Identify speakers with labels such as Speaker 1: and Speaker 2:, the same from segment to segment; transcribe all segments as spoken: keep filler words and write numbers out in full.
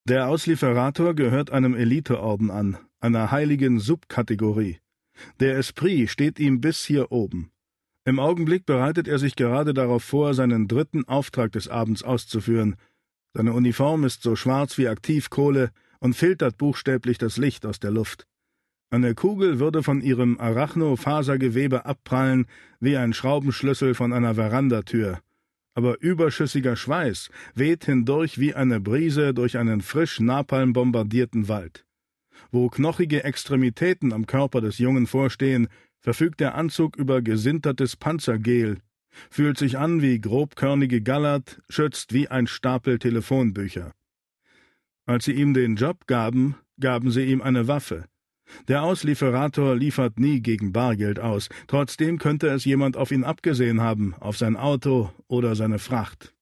Speaker 1: Der Auslieferator gehört einem Eliteorden an, einer heiligen Subkategorie. Der Esprit steht ihm bis hier oben. Im Augenblick bereitet er sich gerade darauf vor, seinen dritten Auftrag des Abends auszuführen. Seine Uniform ist so schwarz wie Aktivkohle und filtert buchstäblich das Licht aus der Luft. Eine Kugel würde von ihrem Arachnofasergewebe abprallen wie ein Schraubenschlüssel von einer Verandatür. Aber überschüssiger Schweiß weht hindurch wie eine Brise durch einen frisch Napalm bombardierten Wald. Wo knochige Extremitäten am Körper des Jungen vorstehen, verfügt der Anzug über gesintertes Panzergel, fühlt sich an wie grobkörnige Gallert, schützt wie ein Stapel Telefonbücher. Als sie ihm den Job gaben, gaben sie ihm eine Waffe. Der Auslieferator liefert nie gegen Bargeld aus, trotzdem könnte es jemand auf ihn abgesehen haben, auf sein Auto oder seine Fracht.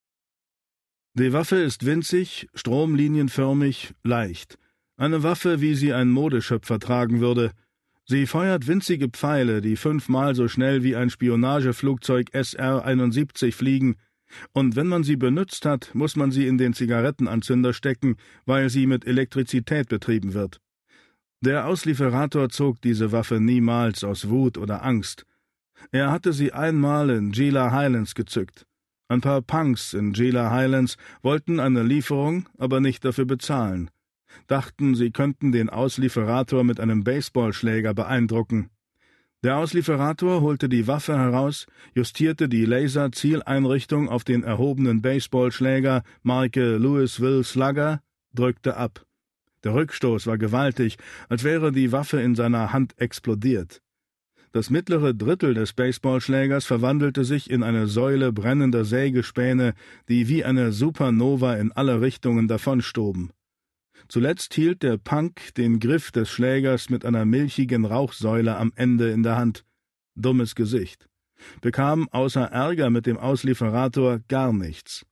Speaker 1: Die Waffe ist winzig, stromlinienförmig, leicht. Eine Waffe, wie sie ein Modeschöpfer tragen würde. Sie feuert winzige Pfeile, die fünfmal so schnell wie ein Spionageflugzeug S R einundsiebzig fliegen, und wenn man sie benutzt hat, muss man sie in den Zigarettenanzünder stecken, weil sie mit Elektrizität betrieben wird. Der Auslieferator zog diese Waffe niemals aus Wut oder Angst. Er hatte sie einmal in Gila Highlands gezückt. Ein paar Punks in Gila Highlands wollten eine Lieferung, aber nicht dafür bezahlen. Dachten, sie könnten den Auslieferator mit einem Baseballschläger beeindrucken. Der Auslieferator holte die Waffe heraus, justierte die Laser-Zieleinrichtung auf den erhobenen Baseballschläger Marke Louisville Slugger, drückte ab. Der Rückstoß war gewaltig, als wäre die Waffe in seiner Hand explodiert. Das mittlere Drittel des Baseballschlägers verwandelte sich in eine Säule brennender Sägespäne, die wie eine Supernova in alle Richtungen davonstoben. Zuletzt hielt der Punk den Griff des Schlägers mit einer milchigen Rauchsäule am Ende in der Hand. Dummes Gesicht. Bekam außer Ärger mit dem Auslieferator gar nichts.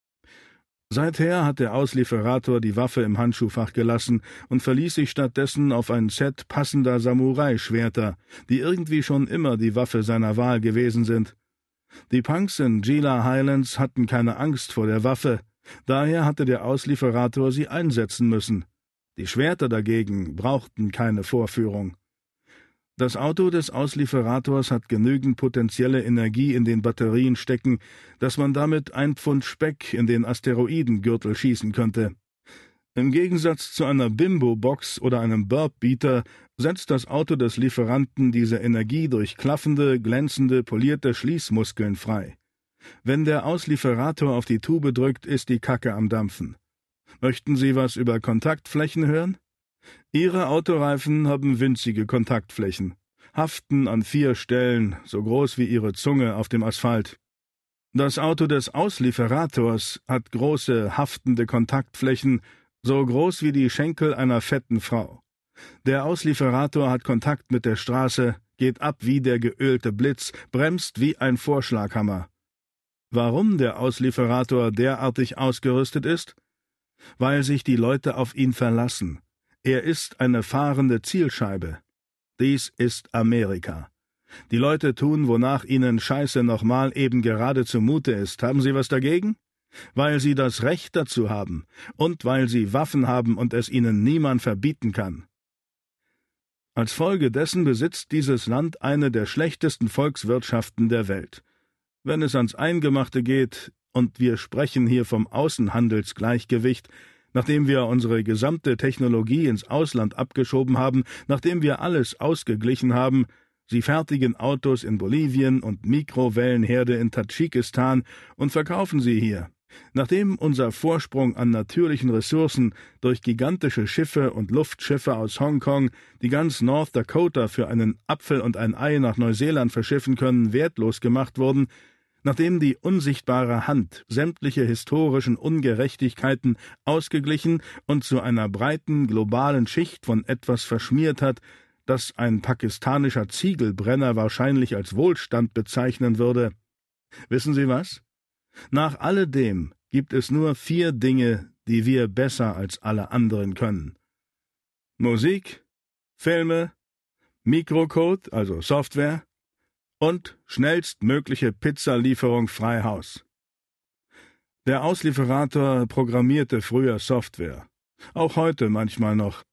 Speaker 1: Seither hat der Auslieferator die Waffe im Handschuhfach gelassen und verließ sich stattdessen auf ein Set passender Samurai-Schwerter, die irgendwie schon immer die Waffe seiner Wahl gewesen sind. Die Punks in Gila Highlands hatten keine Angst vor der Waffe, daher hatte der Auslieferator sie einsetzen müssen. Die Schwerter dagegen brauchten keine Vorführung. Das Auto des Auslieferators hat genügend potenzielle Energie in den Batterien stecken, dass man damit ein Pfund Speck in den Asteroidengürtel schießen könnte. Im Gegensatz zu einer Bimbo-Box oder einem Burp-Beater setzt das Auto des Lieferanten diese Energie durch klaffende, glänzende, polierte Schließmuskeln frei. Wenn der Auslieferator auf die Tube drückt, ist die Kacke am Dampfen. Möchten Sie was über Kontaktflächen hören? Ihre Autoreifen haben winzige Kontaktflächen, haften an vier Stellen, so groß wie Ihre Zunge auf dem Asphalt. Das Auto des Auslieferators hat große, haftende Kontaktflächen, so groß wie die Schenkel einer fetten Frau. Der Auslieferator hat Kontakt mit der Straße, geht ab wie der geölte Blitz, bremst wie ein Vorschlaghammer. Warum der Auslieferator derartig ausgerüstet ist? Weil sich die Leute auf ihn verlassen. Er ist eine fahrende Zielscheibe. Dies ist Amerika. Die Leute tun, wonach ihnen Scheiße nochmal eben gerade zumute ist. Haben Sie was dagegen? Weil sie das Recht dazu haben und weil sie Waffen haben und es ihnen niemand verbieten kann. Als Folge dessen besitzt dieses Land eine der schlechtesten Volkswirtschaften der Welt. Wenn es ans Eingemachte geht, und wir sprechen hier vom Außenhandelsgleichgewicht, nachdem wir unsere gesamte Technologie ins Ausland abgeschoben haben, nachdem wir alles ausgeglichen haben, sie fertigen Autos in Bolivien und Mikrowellenherde in Tadschikistan und verkaufen sie hier. Nachdem unser Vorsprung an natürlichen Ressourcen durch gigantische Schiffe und Luftschiffe aus Hongkong, die ganz North Dakota für einen Apfel und ein Ei nach Neuseeland verschiffen können, wertlos gemacht wurden, nachdem die unsichtbare Hand sämtliche historischen Ungerechtigkeiten ausgeglichen und zu einer breiten globalen Schicht von etwas verschmiert hat, das ein pakistanischer Ziegelbrenner wahrscheinlich als Wohlstand bezeichnen würde. Wissen Sie was? Nach alledem gibt es nur vier Dinge, die wir besser als alle anderen können. Musik, Filme, Mikrocode, also Software, und schnellstmögliche Pizzalieferung frei Haus. Der Auslieferator programmierte früher Software. Auch heute manchmal noch,